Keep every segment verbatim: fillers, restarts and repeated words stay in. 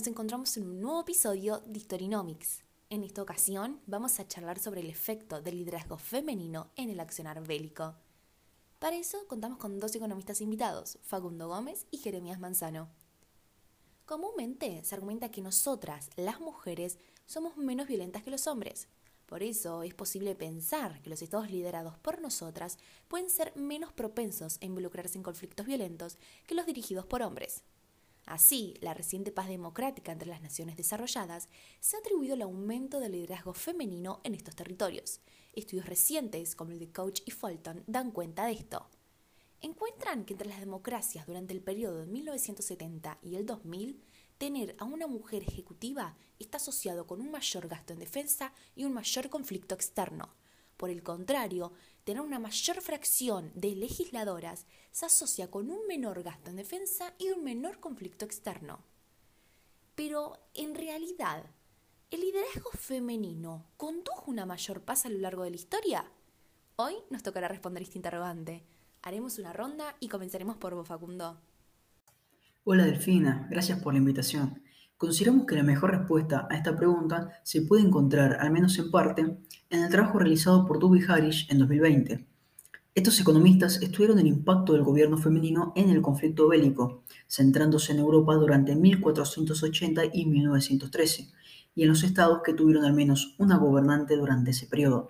nos encontramos en un nuevo episodio de Historinomics. En esta ocasión vamos a charlar sobre el efecto del liderazgo femenino en el accionar bélico. Para eso contamos con dos economistas invitados, Facundo Gómez y Jeremías Manzano. Comúnmente se argumenta que nosotras, las mujeres, somos menos violentas que los hombres. Por eso es posible pensar que los estados liderados por nosotras pueden ser menos propensos a involucrarse en conflictos violentos que los dirigidos por hombres. Así, la reciente paz democrática entre las naciones desarrolladas se ha atribuido al aumento del liderazgo femenino en estos territorios. Estudios recientes, como el de Couch y Fulton, dan cuenta de esto. Encuentran que entre las democracias durante el periodo de mil novecientos setenta y el dos mil, tener a una mujer ejecutiva está asociado con un mayor gasto en defensa y un mayor conflicto externo. Por el contrario, tener una mayor fracción de legisladoras se asocia con un menor gasto en defensa y un menor conflicto externo. Pero, en realidad, ¿el liderazgo femenino condujo una mayor paz a lo largo de la historia? Hoy nos tocará responder este interrogante. Haremos una ronda y comenzaremos por vos, Facundo. Hola Delfina, gracias por la invitación. Consideramos que la mejor respuesta a esta pregunta se puede encontrar, al menos en parte, en el trabajo realizado por Dubby Harish en dos mil veinte. Estos economistas estudiaron el impacto del gobierno femenino en el conflicto bélico, centrándose en Europa durante mil cuatrocientos ochenta y mil novecientos trece, y en los estados que tuvieron al menos una gobernante durante ese periodo.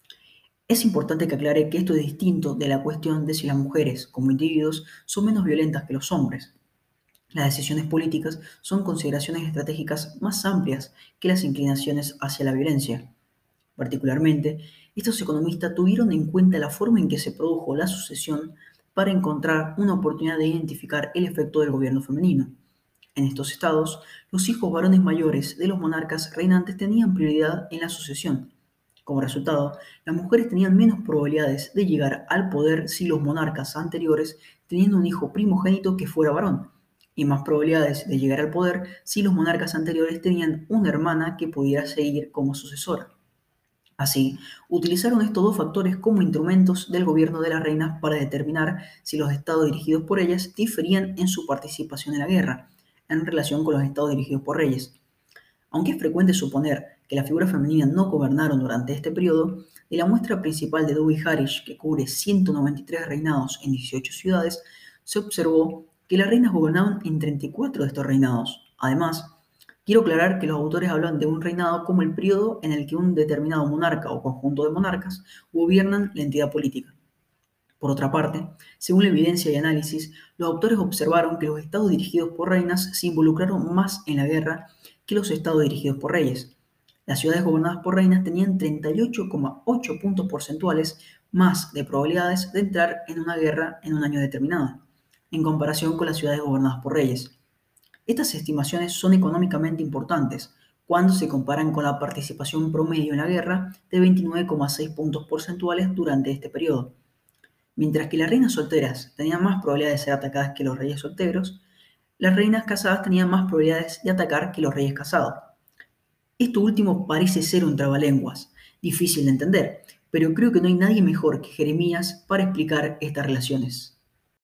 Es importante que aclare que esto es distinto de la cuestión de si las mujeres, como individuos, son menos violentas que los hombres. Las decisiones políticas son consideraciones estratégicas más amplias que las inclinaciones hacia la violencia. Particularmente, estos economistas tuvieron en cuenta la forma en que se produjo la sucesión para encontrar una oportunidad de identificar el efecto del gobierno femenino. En estos estados, los hijos varones mayores de los monarcas reinantes tenían prioridad en la sucesión. Como resultado, las mujeres tenían menos probabilidades de llegar al poder si los monarcas anteriores tenían un hijo primogénito que fuera varón, y más probabilidades de llegar al poder si los monarcas anteriores tenían una hermana que pudiera seguir como sucesora. Así, utilizaron estos dos factores como instrumentos del gobierno de las reinas para determinar si los estados dirigidos por ellas diferían en su participación en la guerra, en relación con los estados dirigidos por reyes. Aunque es frecuente suponer que las figuras femeninas no gobernaron durante este periodo, de la muestra principal de Dubby Harish, que cubre ciento noventa y tres reinados en dieciocho ciudades, se observó que las reinas gobernaban en treinta y cuatro de estos reinados. Además, quiero aclarar que los autores hablan de un reinado como el periodo en el que un determinado monarca o conjunto de monarcas gobiernan la entidad política. Por otra parte, según la evidencia y análisis, los autores observaron que los estados dirigidos por reinas se involucraron más en la guerra que los estados dirigidos por reyes. Las ciudades gobernadas por reinas tenían treinta y ocho coma ocho puntos porcentuales más de probabilidades de entrar en una guerra en un año determinado, en comparación con las ciudades gobernadas por reyes. Estas estimaciones son económicamente importantes cuando se comparan con la participación promedio en la guerra de veintinueve coma seis puntos porcentuales durante este periodo. Mientras que las reinas solteras tenían más probabilidades de ser atacadas que los reyes solteros, las reinas casadas tenían más probabilidades de atacar que los reyes casados. Esto último parece ser un trabalenguas, difícil de entender, pero creo que no hay nadie mejor que Jeremías para explicar estas relaciones.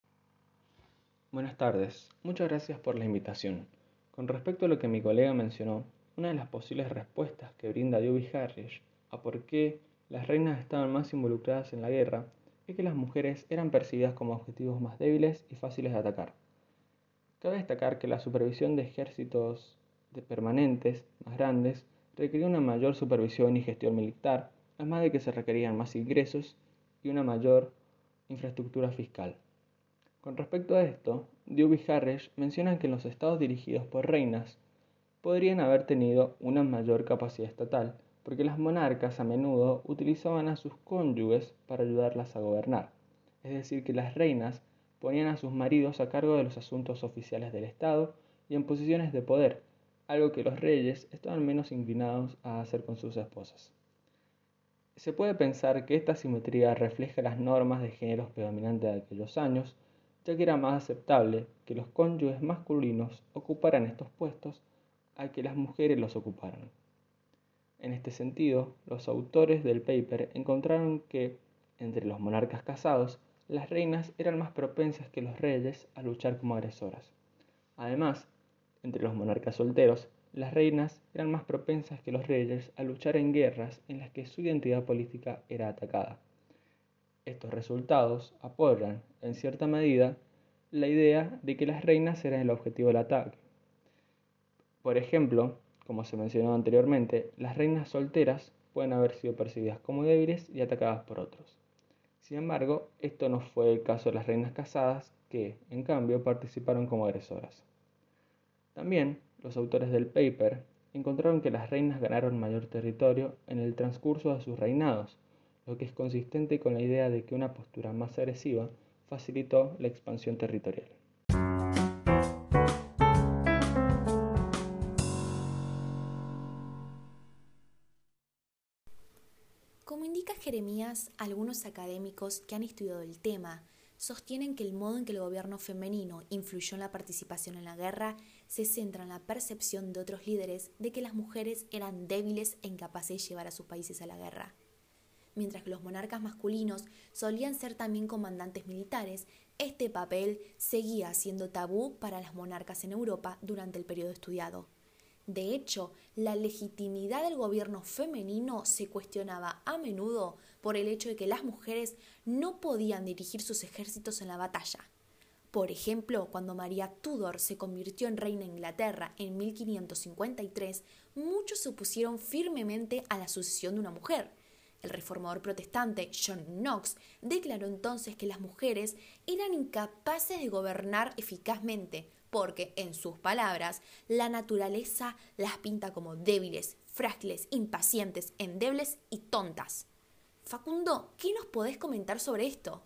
Buenas tardes, muchas gracias por la invitación. Con respecto a lo que mi colega mencionó, una de las posibles respuestas que brinda Dubby Harish a por qué las reinas estaban más involucradas en la guerra es que las mujeres eran percibidas como objetivos más débiles y fáciles de atacar. Cabe destacar que la supervisión de ejércitos de permanentes más grandes requería una mayor supervisión y gestión militar, además de que se requerían más ingresos y una mayor infraestructura fiscal. Con respecto a esto, Dubby Harish menciona que los estados dirigidos por reinas podrían haber tenido una mayor capacidad estatal, porque las monarcas a menudo utilizaban a sus cónyuges para ayudarlas a gobernar, es decir, que las reinas ponían a sus maridos a cargo de los asuntos oficiales del Estado y en posiciones de poder, algo que los reyes estaban menos inclinados a hacer con sus esposas. Se puede pensar que esta simetría refleja las normas de géneros predominantes de aquellos años, ya que era más aceptable que los cónyuges masculinos ocuparan estos puestos a que las mujeres los ocuparan. En este sentido, los autores del paper encontraron que, entre los monarcas casados, las reinas eran más propensas que los reyes a luchar como agresoras. Además, entre los monarcas solteros, las reinas eran más propensas que los reyes a luchar en guerras en las que su identidad política era atacada. Estos resultados apoyan, en cierta medida, la idea de que las reinas eran el objetivo del ataque. Por ejemplo, como se mencionó anteriormente, las reinas solteras pueden haber sido percibidas como débiles y atacadas por otros. Sin embargo, esto no fue el caso de las reinas casadas, que, en cambio, participaron como agresoras. También, los autores del paper encontraron que las reinas ganaron mayor territorio en el transcurso de sus reinados, lo que es consistente con la idea de que una postura más agresiva facilitó la expansión territorial. Como indica Jeremías, algunos académicos que han estudiado el tema sostienen que el modo en que el gobierno femenino influyó en la participación en la guerra se centra en la percepción de otros líderes de que las mujeres eran débiles e incapaces de llevar a sus países a la guerra. Mientras que los monarcas masculinos solían ser también comandantes militares, este papel seguía siendo tabú para las monarcas en Europa durante el periodo estudiado. De hecho, la legitimidad del gobierno femenino se cuestionaba a menudo por el hecho de que las mujeres no podían dirigir sus ejércitos en la batalla. Por ejemplo, cuando María Tudor se convirtió en reina de Inglaterra en mil quinientos cincuenta y tres, muchos se opusieron firmemente a la sucesión de una mujer. El reformador protestante John Knox declaró entonces que las mujeres eran incapaces de gobernar eficazmente, porque, en sus palabras, la naturaleza las pinta como débiles, frágiles, impacientes, endebles y tontas. Facundo, ¿qué nos podés comentar sobre esto?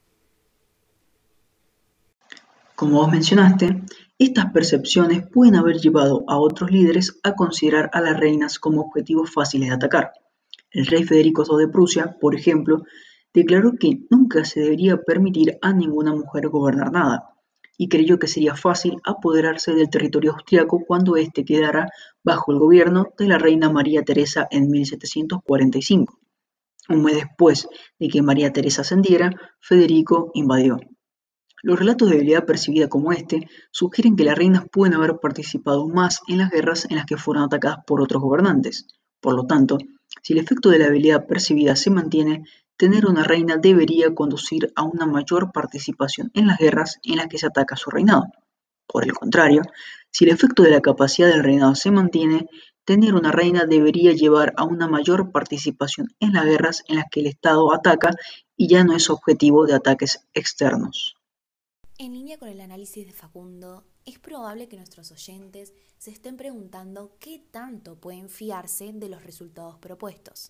Como vos mencionaste, estas percepciones pueden haber llevado a otros líderes a considerar a las reinas como objetivos fáciles de atacar. El rey Federico segundo de Prusia, por ejemplo, declaró que nunca se debería permitir a ninguna mujer gobernar nada, y creyó que sería fácil apoderarse del territorio austriaco cuando éste quedara bajo el gobierno de la reina María Teresa en mil setecientos cuarenta y cinco. Un mes después de que María Teresa ascendiera, Federico invadió. Los relatos de debilidad percibida como este sugieren que las reinas pueden haber participado más en las guerras en las que fueron atacadas por otros gobernantes. Por lo tanto, si el efecto de la debilidad percibida se mantiene, tener una reina debería conducir a una mayor participación en las guerras en las que se ataca su reinado. Por el contrario, si el efecto de la capacidad del reinado se mantiene, tener una reina debería llevar a una mayor participación en las guerras en las que el Estado ataca y ya no es objetivo de ataques externos. En línea con el análisis de Facundo, es probable que nuestros oyentes se estén preguntando qué tanto pueden fiarse de los resultados propuestos.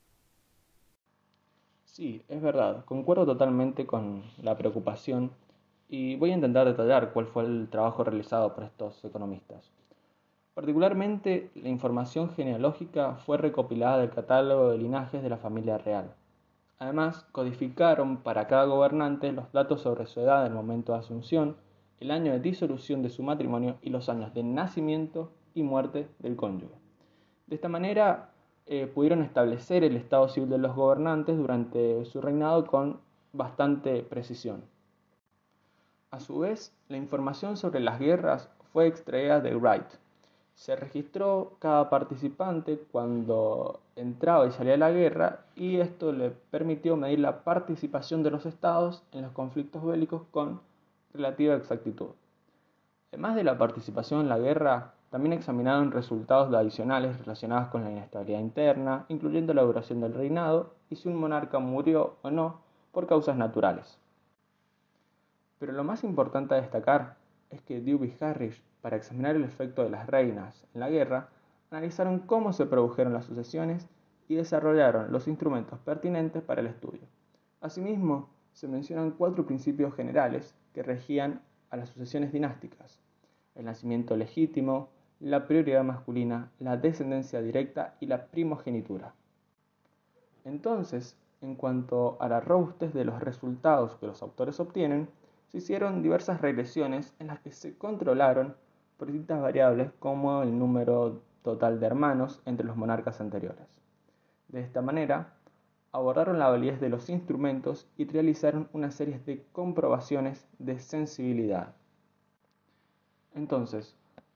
Sí, es verdad, concuerdo totalmente con la preocupación y voy a intentar detallar cuál fue el trabajo realizado por estos economistas. Particularmente, la información genealógica fue recopilada del catálogo de linajes de la familia real. Además, codificaron para cada gobernante los datos sobre su edad en el momento de asunción, el año de disolución de su matrimonio y los años de nacimiento y muerte del cónyuge. De esta manera, eh, pudieron establecer el estado civil de los gobernantes durante su reinado con bastante precisión. A su vez, la información sobre las guerras fue extraída de Wright. Se registró cada participante cuando entraba y salía de la guerra y esto le permitió medir la participación de los estados en los conflictos bélicos con relativa exactitud. Además de la participación en la guerra, también examinaron resultados adicionales relacionados con la inestabilidad interna, incluyendo la duración del reinado y si un monarca murió o no por causas naturales. Pero lo más importante a destacar es que Dewey y Harris, para examinar el efecto de las reinas en la guerra, analizaron cómo se produjeron las sucesiones y desarrollaron los instrumentos pertinentes para el estudio. Asimismo, se mencionan cuatro principios generales que regían a las sucesiones dinásticas: el nacimiento legítimo, la prioridad masculina, la descendencia directa y la primogenitura. Entonces, en cuanto a la robustez de los resultados que los autores obtienen, se hicieron diversas regresiones en las que se controlaron por distintas variables como el número total de hermanos entre los monarcas anteriores. De esta manera, abordaron la validez de los instrumentos y realizaron una serie de comprobaciones de sensibilidad. Entonces,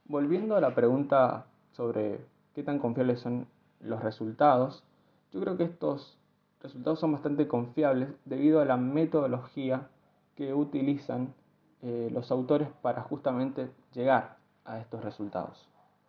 Volviendo a la pregunta sobre qué tan confiables son los resultados, yo creo que estos resultados son bastante confiables debido a la metodología que utilizan eh, los autores para justamente llegar a estos resultados.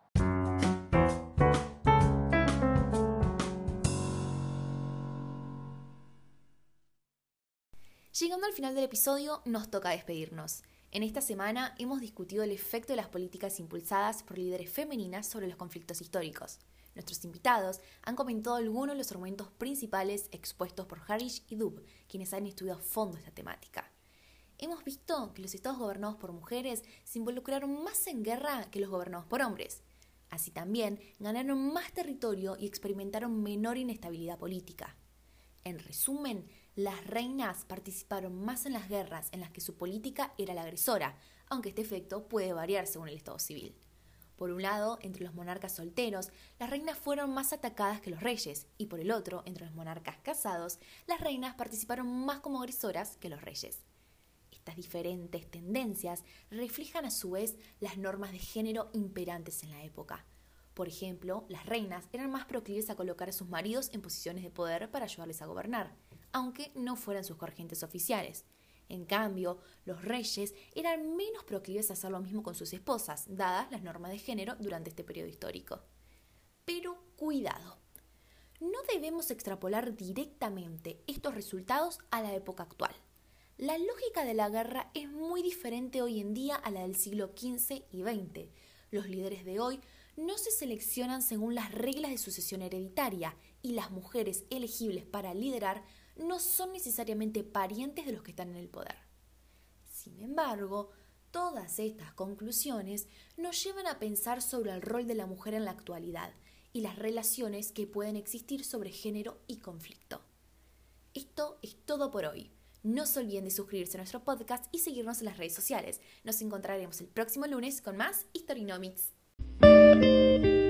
Llegando al final del episodio, nos toca despedirnos. En esta semana hemos discutido el efecto de las políticas impulsadas por líderes femeninas sobre los conflictos históricos. Nuestros invitados han comentado algunos de los argumentos principales expuestos por Harris y Doob, quienes han estudiado a fondo esta temática. Hemos visto que los estados gobernados por mujeres se involucraron más en guerra que los gobernados por hombres. Así también ganaron más territorio y experimentaron menor inestabilidad política. En resumen, las reinas participaron más en las guerras en las que su política era la agresora, aunque este efecto puede variar según el estado civil. Por un lado, entre los monarcas solteros, las reinas fueron más atacadas que los reyes, y por el otro, entre los monarcas casados, las reinas participaron más como agresoras que los reyes. Estas diferentes tendencias reflejan a su vez las normas de género imperantes en la época. Por ejemplo, las reinas eran más proclives a colocar a sus maridos en posiciones de poder para ayudarles a gobernar, aunque no fueran sus corregentes oficiales. En cambio, los reyes eran menos proclives a hacer lo mismo con sus esposas, dadas las normas de género durante este periodo histórico. Pero cuidado, no debemos extrapolar directamente estos resultados a la época actual. La lógica de la guerra es muy diferente hoy en día a la del siglo quince y veinte. Los líderes de hoy no se seleccionan según las reglas de sucesión hereditaria y las mujeres elegibles para liderar no son necesariamente parientes de los que están en el poder. Sin embargo, todas estas conclusiones nos llevan a pensar sobre el rol de la mujer en la actualidad y las relaciones que pueden existir sobre género y conflicto. Esto es todo por hoy. No se olviden de suscribirse a nuestro podcast y seguirnos en las redes sociales. Nos encontraremos el próximo lunes con más Historynomics.